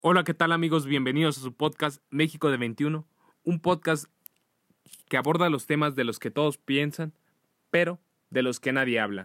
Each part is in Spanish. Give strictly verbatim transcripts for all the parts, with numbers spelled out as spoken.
Hola, ¿qué tal amigos? Bienvenidos a su podcast México de veintiuno, un podcast que aborda los temas de los que todos piensan, pero de los que nadie habla.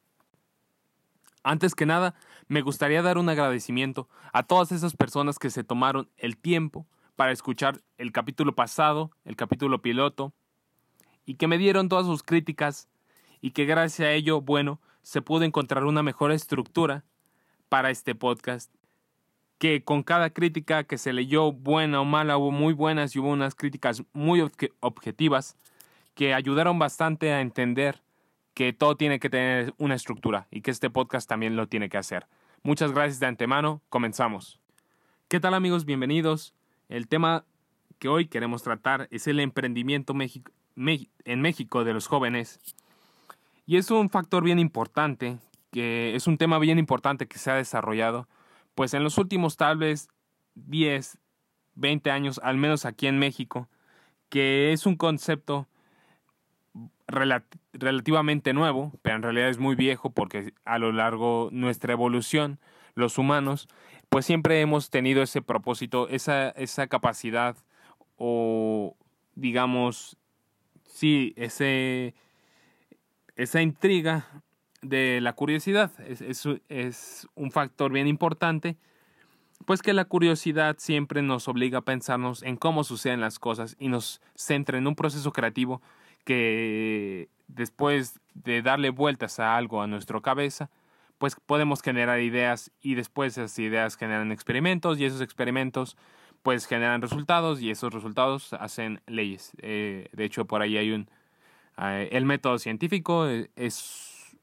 Antes que nada, me gustaría dar un agradecimiento a todas esas personas que se tomaron el tiempo para escuchar el capítulo pasado, el capítulo piloto, y que me dieron todas sus críticas, y que gracias a ello, bueno, se pudo encontrar una mejor estructura para este podcast. Que con cada crítica que se leyó, buena o mala, hubo muy buenas y hubo unas críticas muy obje- objetivas que ayudaron bastante a entender que todo tiene que tener una estructura y que este podcast también lo tiene que hacer. Muchas gracias de antemano, comenzamos. ¿Qué tal amigos? Bienvenidos. El tema que hoy queremos tratar es el emprendimiento México, Me- en México de los jóvenes. Y es un factor bien importante, que es un tema bien importante que se ha desarrollado pues en los últimos tal vez diez, veinte años, al menos aquí en México, que es un concepto relat- relativamente nuevo, pero en realidad es muy viejo porque a lo largo de nuestra evolución, los humanos, pues siempre hemos tenido ese propósito, esa, esa capacidad o digamos, sí, ese, esa intriga de la curiosidad. Es, es, es un factor bien importante. Pues que la curiosidad siempre nos obliga a pensarnos en cómo suceden las cosas y nos centra en un proceso creativo que después de darle vueltas a algo a nuestra cabeza, pues podemos generar ideas y después esas ideas generan experimentos y esos experimentos pues generan resultados y esos resultados hacen leyes. Eh, de hecho, por ahí hay un... Eh, el método científico es,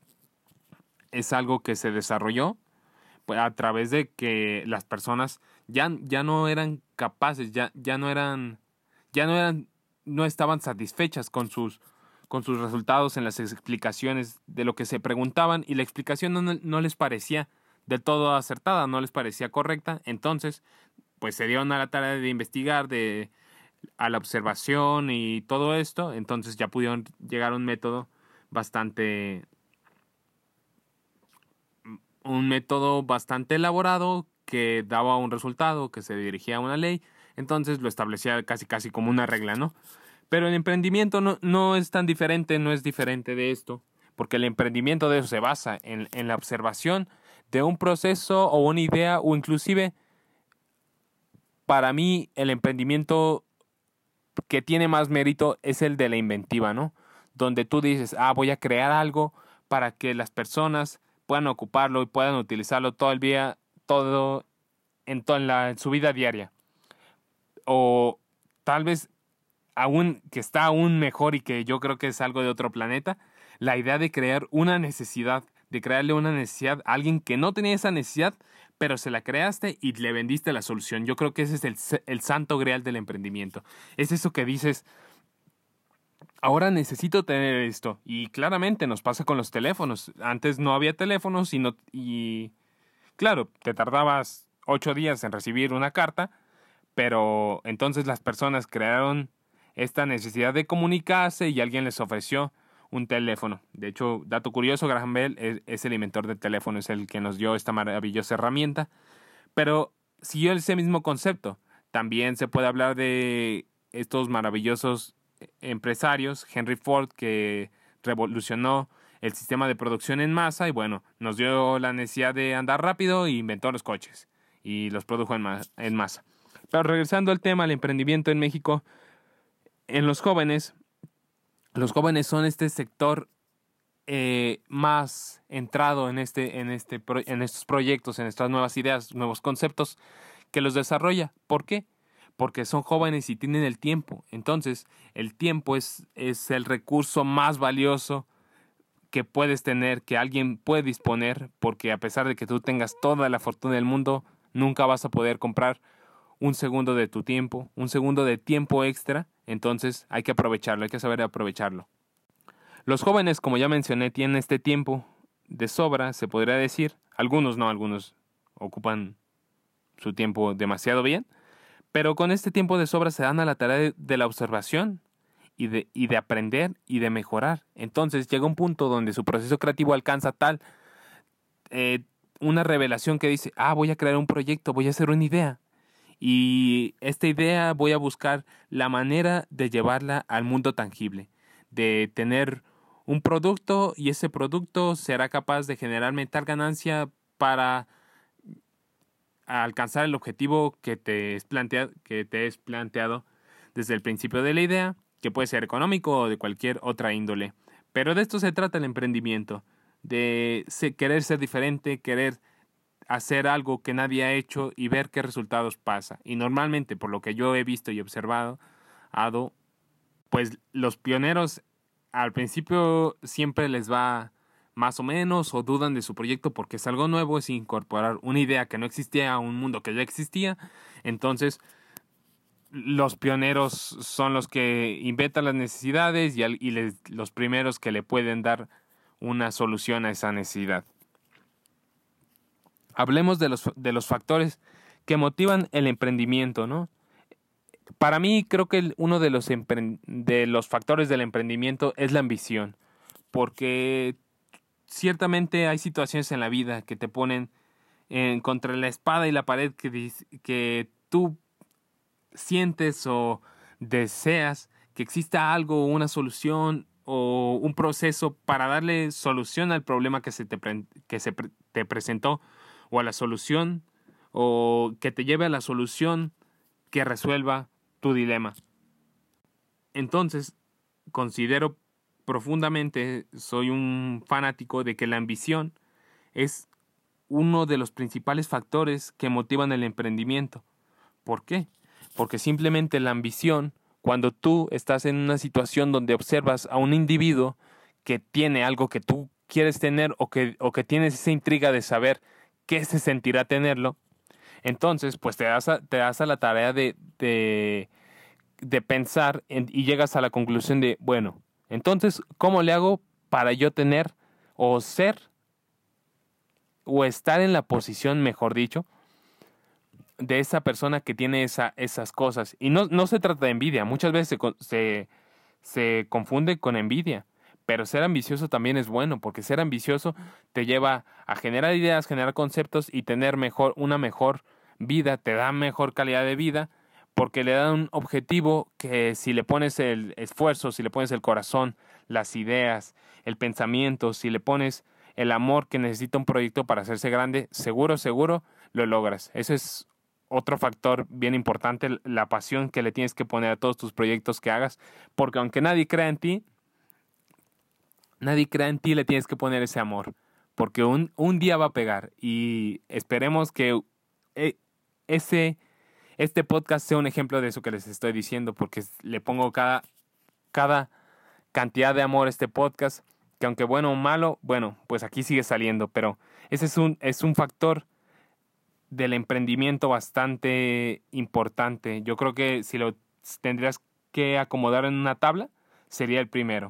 es algo que se desarrolló pues, a través de que las personas ya, ya no eran capaces, ya, ya no eran, ya no eran, no estaban satisfechas con sus, con sus resultados en las explicaciones de lo que se preguntaban y la explicación no, no les parecía del todo acertada, no les parecía correcta. Entonces, pues se dieron a la tarea de investigar, de a la observación y todo esto. Entonces ya pudieron llegar a un método bastante un método bastante elaborado que daba un resultado, que se dirigía a una ley, entonces lo establecía casi casi como una regla, ¿no? Pero el emprendimiento no, no es tan diferente, no es diferente de esto, porque el emprendimiento de eso se basa en, en la observación de un proceso o una idea, o inclusive, para mí, el emprendimiento que tiene más mérito es el de la inventiva, ¿no? Donde tú dices, ah, voy a crear algo para que las personas puedan ocuparlo y puedan utilizarlo todo el día, todo en, to en, la, en su vida diaria. O tal vez aún, que está aún mejor y que yo creo que es algo de otro planeta, la idea de crear una necesidad, de crearle una necesidad a alguien que no tenía esa necesidad, pero se la creaste y le vendiste la solución. Yo creo que ese es el, el santo grial del emprendimiento. Es eso que dices, ahora necesito tener esto. Y claramente nos pasa con los teléfonos. Antes no había teléfonos y, no, y claro, te tardabas ocho días en recibir una carta, pero entonces las personas crearon esta necesidad de comunicarse y alguien les ofreció un teléfono. De hecho, dato curioso, Graham Bell es, es el inventor del teléfono, es el que nos dio esta maravillosa herramienta. Pero siguió ese mismo concepto. También se puede hablar de estos maravillosos empresarios, Henry Ford, que revolucionó el sistema de producción en masa y bueno, nos dio la necesidad de andar rápido e inventó los coches y los produjo en, ma en masa. Pero regresando al tema, el emprendimiento en México, en los jóvenes, los jóvenes son este sector eh, más entrado en, este, en, este pro en estos proyectos, en estas nuevas ideas, nuevos conceptos que los desarrolla. ¿Por qué? Porque son jóvenes y tienen el tiempo. Entonces, el tiempo es, es el recurso más valioso que puedes tener, que alguien puede disponer, porque a pesar de que tú tengas toda la fortuna del mundo, nunca vas a poder comprar un segundo de tu tiempo, un segundo de tiempo extra. Entonces hay que aprovecharlo, hay que saber aprovecharlo. Los jóvenes, como ya mencioné, tienen este tiempo de sobra, se podría decir. Algunos no, algunos ocupan su tiempo demasiado bien. Pero con este tiempo de sobra se dan a la tarea de, de la observación y de, y de aprender y de mejorar. Entonces llega un punto donde su proceso creativo alcanza tal, eh, una revelación que dice, ah, voy a crear un proyecto, voy a hacer una idea. Y esta idea voy a buscar la manera de llevarla al mundo tangible, de tener un producto y ese producto será capaz de generarme tal ganancia para alcanzar el objetivo que te es planteado, que te es planteado desde el principio de la idea, que puede ser económico o de cualquier otra índole. Pero de esto se trata el emprendimiento, de querer ser diferente, querer hacer algo que nadie ha hecho y ver qué resultados pasa. Y normalmente, por lo que yo he visto y observado, Ado, pues los pioneros al principio siempre les va más o menos o dudan de su proyecto porque es algo nuevo, es incorporar una idea que no existía a un mundo que ya existía. Entonces, los pioneros son los que inventan las necesidades y, al, y les, los primeros que le pueden dar una solución a esa necesidad. Hablemos de los, de los factores que motivan el emprendimiento, ¿no? Para mí creo que el, uno de los, empre, de los factores del emprendimiento es la ambición, porque ciertamente hay situaciones en la vida que te ponen en, contra la espada y la pared que, que tú sientes o deseas que exista algo, una solución o un proceso para darle solución al problema que se te, que se te presentó o a la solución o que te lleve a la solución que resuelva tu dilema. Entonces, considero profundamente, soy un fanático de que la ambición es uno de los principales factores que motivan el emprendimiento. ¿Por qué? Porque simplemente la ambición, cuando tú estás en una situación donde observas a un individuo que tiene algo que tú quieres tener o que, o que tienes esa intriga de saber qué se sentirá tenerlo, entonces pues te das a, te das a la tarea de, de, de pensar en, y llegas a la conclusión de, bueno, entonces, ¿cómo le hago para yo tener o ser o estar en la posición, mejor dicho, de esa persona que tiene esa, esas cosas? Y no, no se trata de envidia, muchas veces se, se, se confunde con envidia, pero ser ambicioso también es bueno, porque ser ambicioso te lleva a generar ideas, generar conceptos y tener mejor, una mejor vida, te da mejor calidad de vida, porque le da un objetivo que si le pones el esfuerzo, si le pones el corazón, las ideas, el pensamiento, si le pones el amor que necesita un proyecto para hacerse grande, seguro, seguro lo logras. Ese es otro factor bien importante, la pasión que le tienes que poner a todos tus proyectos que hagas, porque aunque nadie crea en ti, nadie crea en ti, le tienes que poner ese amor, porque un, un día va a pegar y esperemos que ese, este podcast sea un ejemplo de eso que les estoy diciendo, porque le pongo cada, cada cantidad de amor a este podcast, que aunque bueno o malo, bueno, pues aquí sigue saliendo, pero ese es un, es un factor del emprendimiento bastante importante. Yo creo que si lo tendrías que acomodar en una tabla, sería el primero.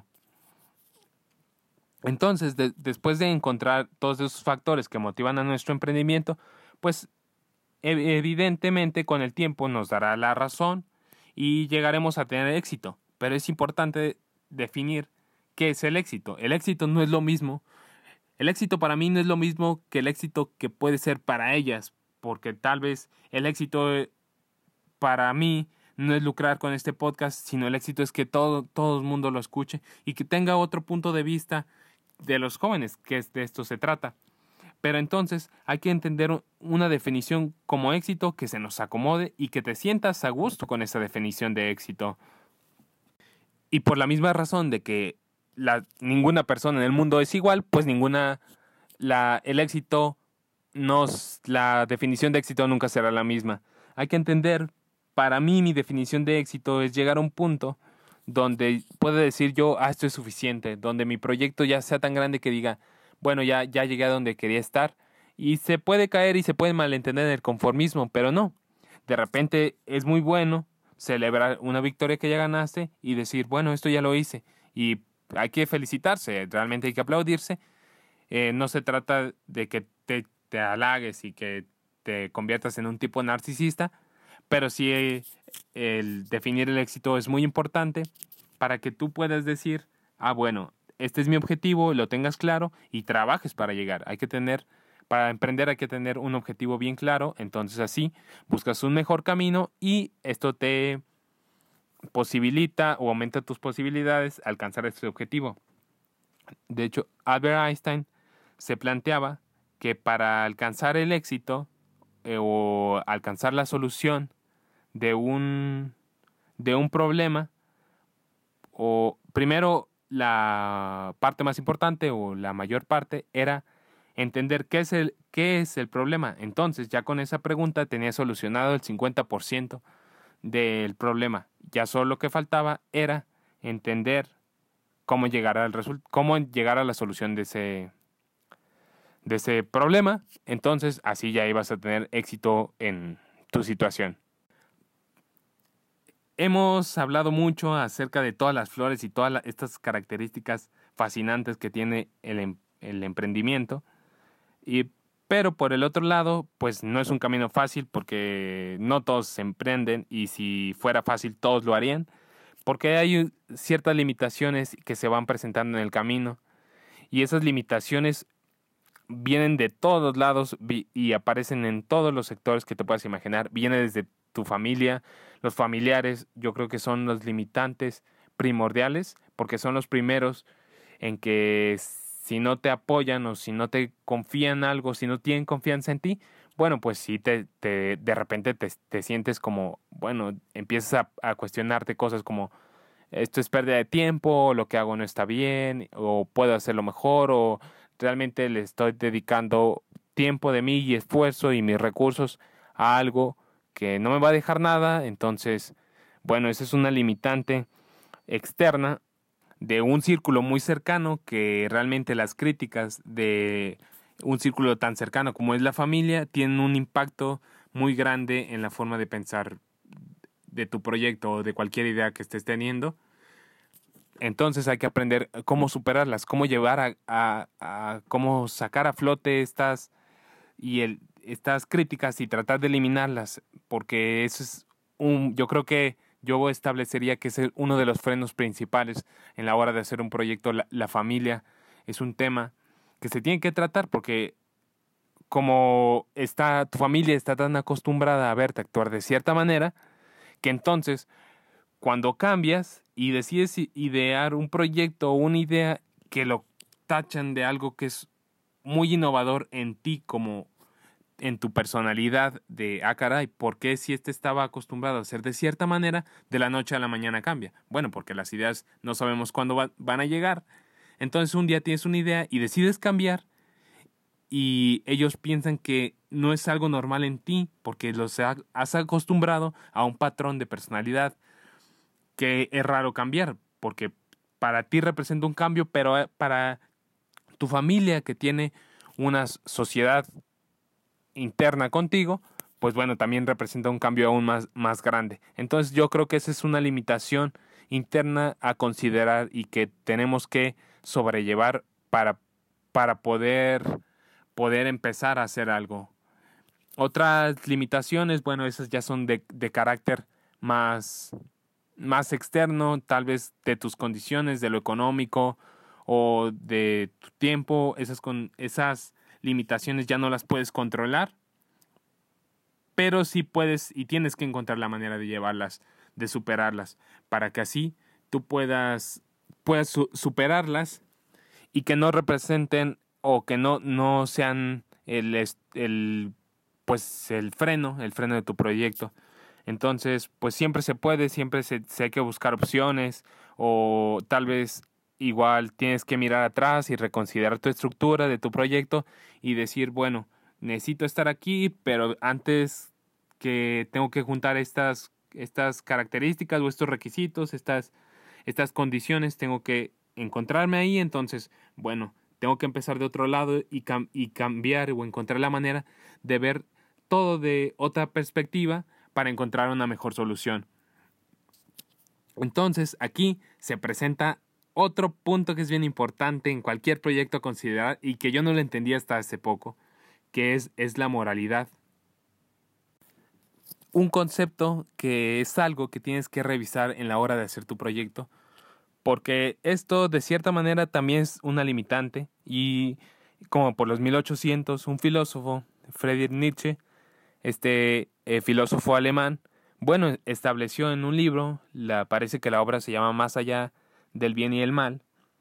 Entonces, de, después de encontrar todos esos factores que motivan a nuestro emprendimiento, pues evidentemente con el tiempo nos dará la razón y llegaremos a tener éxito. Pero es importante definir qué es el éxito. El éxito no es lo mismo. El éxito para mí no es lo mismo que el éxito que puede ser para ellas, porque tal vez el éxito para mí no es lucrar con este podcast, sino el éxito es que todo, todo el mundo lo escuche y que tenga otro punto de vista de los jóvenes, que de esto se trata. Pero entonces hay que entender una definición como éxito que se nos acomode y que te sientas a gusto con esa definición de éxito. Y por la misma razón de que la, ninguna persona en el mundo es igual, pues ninguna, la, el éxito, nos, la definición de éxito nunca será la misma. Hay que entender, para mí mi definición de éxito es llegar a un punto donde pueda decir yo, ah, esto es suficiente, donde mi proyecto ya sea tan grande que diga, bueno, ya, ya llegué a donde quería estar. Y se puede caer y se puede malentender el conformismo, pero no. De repente es muy bueno celebrar una victoria que ya ganaste y decir, bueno, esto ya lo hice. Y hay que felicitarse, realmente hay que aplaudirse. Eh, no se trata de que te, te halagues y que te conviertas en un tipo narcisista, pero sí eh, el definir el éxito es muy importante para que tú puedas decir, ah, bueno, este es mi objetivo, lo tengas claro y trabajes para llegar. Hay que tener Para emprender hay que tener un objetivo bien claro, entonces así buscas un mejor camino y esto te posibilita o aumenta tus posibilidades de alcanzar este objetivo. De hecho, Albert Einstein se planteaba que para alcanzar el éxito eh, o alcanzar la solución de un, de un problema, o primero la parte más importante o la mayor parte era entender qué es el, qué es el problema. Entonces, ya con esa pregunta tenía solucionado el cincuenta por ciento del problema. Ya solo lo que faltaba era entender cómo llegar al result- cómo llegar a la solución de ese, de ese problema. Entonces, así ya ibas a tener éxito en tu situación. Hemos hablado mucho acerca de todas las flores y todas la- estas características fascinantes que tiene el, em- el emprendimiento. Y, pero por el otro lado, pues no es un camino fácil porque no todos se emprenden y si fuera fácil todos lo harían. Porque hay ciertas limitaciones que se van presentando en el camino y esas limitaciones vienen de todos lados vi- y aparecen en todos los sectores que te puedas imaginar. Viene desde tu familia, los familiares, yo creo que son los limitantes primordiales porque son los primeros en que si no te apoyan o si no te confían algo, si no tienen confianza en ti, bueno, pues sí te, te de repente te, te sientes como, bueno, empiezas a, a cuestionarte cosas como esto es pérdida de tiempo, lo que hago no está bien, o puedo hacerlo mejor, o realmente le estoy dedicando tiempo de mí y esfuerzo y mis recursos a algo que no me va a dejar nada. Entonces, bueno, esa es una limitante externa de un círculo muy cercano que realmente las críticas de un círculo tan cercano como es la familia tienen un impacto muy grande en la forma de pensar de tu proyecto o de cualquier idea que estés teniendo. Entonces hay que aprender cómo superarlas, cómo llevar a, a, a cómo sacar a flote estas y el, estas críticas y tratar de eliminarlas, porque eso es un, yo creo que yo establecería que es uno de los frenos principales en la hora de hacer un proyecto. La, la familia es un tema que se tiene que tratar porque como está tu familia está tan acostumbrada a verte actuar de cierta manera que entonces cuando cambias y decides idear un proyecto o una idea que lo tachan de algo que es muy innovador en ti como en tu personalidad de, ah, caray, ¿por qué si este estaba acostumbrado a hacer de cierta manera, de la noche a la mañana cambia? Bueno, porque las ideas no sabemos cuándo va, van a llegar. Entonces un día tienes una idea y decides cambiar y ellos piensan que no es algo normal en ti porque los has acostumbrado a un patrón de personalidad que es raro cambiar, porque para ti representa un cambio, pero para tu familia que tiene una sociedad interna contigo, pues bueno, también representa un cambio aún más, más grande. Entonces yo creo que esa es una limitación interna a considerar y que tenemos que sobrellevar para, para poder, poder empezar a hacer algo. Otras limitaciones, bueno, esas ya son de, de carácter más más externo, tal vez de tus condiciones, de lo económico o de tu tiempo, esas, con, esas limitaciones ya no las puedes controlar, pero sí puedes y tienes que encontrar la manera de llevarlas, de superarlas, para que así tú puedas, puedas su- superarlas y que no representen o que no, no sean el, el, pues el freno, el freno de tu proyecto. Entonces, pues siempre se puede, siempre se, se hay que buscar opciones o tal vez igual tienes que mirar atrás y reconsiderar tu estructura de tu proyecto y decir, bueno, necesito estar aquí, pero antes que tengo que juntar estas, estas características o estos requisitos, estas, estas condiciones, tengo que encontrarme ahí, entonces, bueno, tengo que empezar de otro lado y, cam- y cambiar o encontrar la manera de ver todo de otra perspectiva para encontrar una mejor solución. Entonces, aquí se presenta otro punto que es bien importante en cualquier proyecto a considerar y que yo no lo entendía hasta hace poco, que es, es la moralidad. Un concepto que es algo que tienes que revisar en la hora de hacer tu proyecto, porque esto de cierta manera también es una limitante y como por los mil ochocientos, un filósofo, Friedrich Nietzsche, este eh, filósofo alemán, bueno, estableció en un libro, la, parece que la obra se llama Más allá del bien y el mal.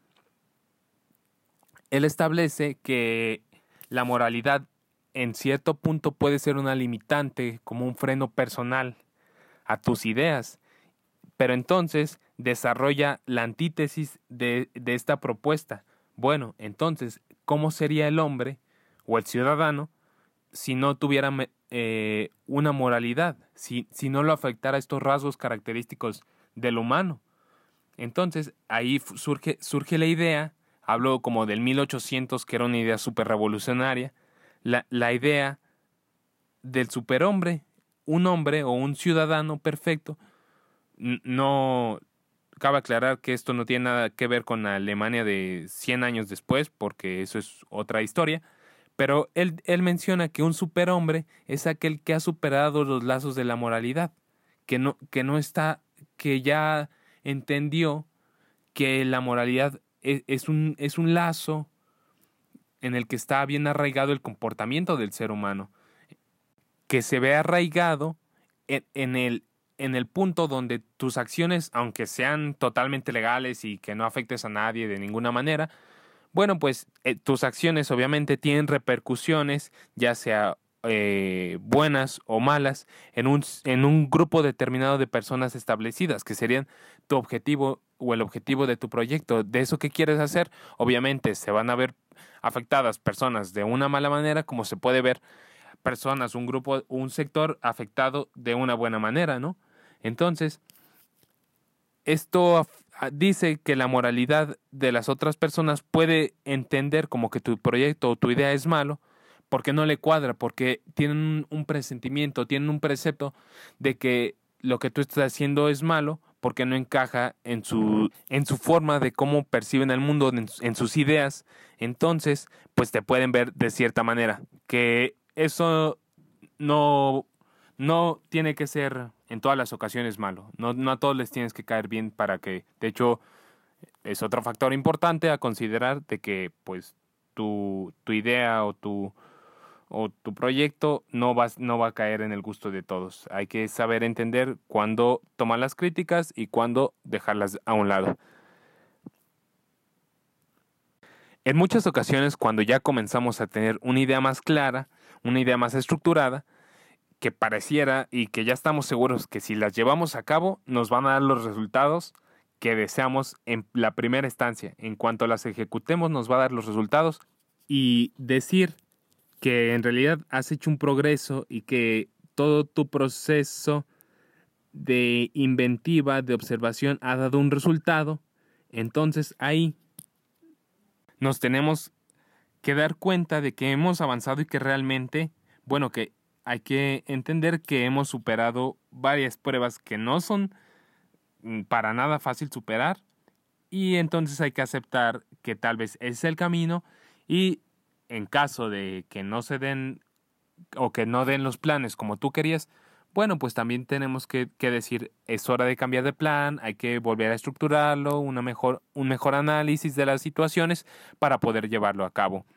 Él establece que la moralidad en cierto punto puede ser una limitante, como un freno personal a tus ideas, pero entonces desarrolla la antítesis de, de esta propuesta. Bueno, entonces, ¿cómo sería el hombre o el ciudadano si no tuviera eh, una moralidad, si, si no lo afectara estos rasgos característicos del humano? Entonces, ahí surge, surge la idea, hablo como del mil ochocientos, que era una idea súper revolucionaria, la, la idea del superhombre, un hombre o un ciudadano perfecto. No, cabe aclarar que esto no tiene nada que ver con la Alemania de cien años después, porque eso es otra historia, pero él, él menciona que un superhombre es aquel que ha superado los lazos de la moralidad, que no, que no está, que ya entendió que la moralidad es, es, un, es un lazo en el que está bien arraigado el comportamiento del ser humano, que se ve arraigado en, en, el, en el punto donde tus acciones, aunque sean totalmente legales y que no afectes a nadie de ninguna manera, bueno, pues eh, tus acciones obviamente tienen repercusiones, ya sea eh, buenas o malas, en un, en un grupo determinado de personas establecidas, que serían tu objetivo o el objetivo de tu proyecto. De eso que quieres hacer, obviamente se van a ver afectadas personas de una mala manera, como se puede ver personas, un grupo, un sector afectado de una buena manera, ¿no? Entonces, esto dice que la moralidad de las otras personas puede entender como que tu proyecto o tu idea es malo porque no le cuadra, porque tienen un presentimiento, tienen un precepto de que lo que tú estás haciendo es malo porque no encaja en su, en su forma de cómo perciben el mundo, en, en sus ideas. Entonces, pues te pueden ver de cierta manera, que eso no, no tiene que ser en todas las ocasiones malo. No, no a todos les tienes que caer bien para que, de hecho, es otro factor importante a considerar de que, pues, tu, tu idea o tu, o tu proyecto no va, no va a caer en el gusto de todos. Hay que saber entender cuándo tomar las críticas y cuándo dejarlas a un lado. En muchas ocasiones, cuando ya comenzamos a tener una idea más clara, una idea más estructurada, que pareciera y que ya estamos seguros que si las llevamos a cabo nos van a dar los resultados que deseamos en la primera instancia. En cuanto las ejecutemos nos va a dar los resultados, y decir que en realidad has hecho un progreso y que todo tu proceso de inventiva, de observación ha dado un resultado, entonces ahí nos tenemos que dar cuenta de que hemos avanzado y que realmente, bueno, que hay que entender que hemos superado varias pruebas que no son para nada fácil superar, y entonces hay que aceptar que tal vez ese es el camino, y en caso de que no se den o que no den los planes como tú querías, bueno, pues también tenemos que, que decir, es hora de cambiar de plan, hay que volver a estructurarlo, una mejor, un mejor análisis de las situaciones para poder llevarlo a cabo.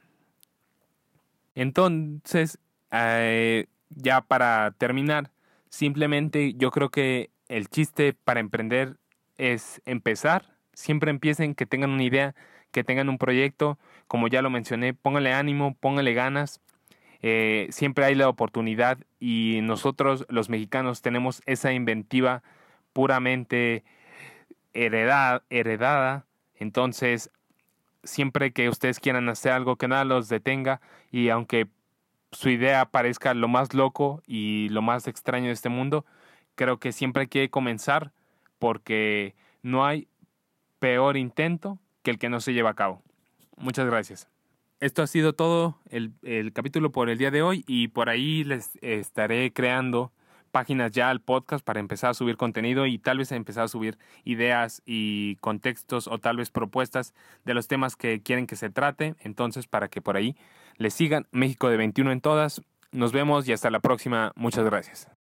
Entonces, eh, ya para terminar, simplemente yo creo que el chiste para emprender es empezar. Siempre empiecen, que tengan una idea, que tengan un proyecto. Como ya lo mencioné, pónganle ánimo, pónganle ganas. Eh, siempre hay la oportunidad, y nosotros los mexicanos tenemos esa inventiva puramente heredad, heredada. Entonces, siempre que ustedes quieran hacer algo, que nada los detenga, y aunque su idea parezca lo más loco y lo más extraño de este mundo, creo que siempre hay que comenzar, porque no hay peor intento que el que no se lleva a cabo. Muchas gracias. Esto ha sido todo el, el capítulo por el día de hoy, y por ahí les estaré creando páginas ya al podcast para empezar a subir contenido y tal vez empezar a subir ideas y contextos, o tal vez propuestas de los temas que quieren que se trate. Entonces, para que por ahí les sigan, México de veintiuno en todas. Nos vemos y hasta la próxima. Muchas gracias.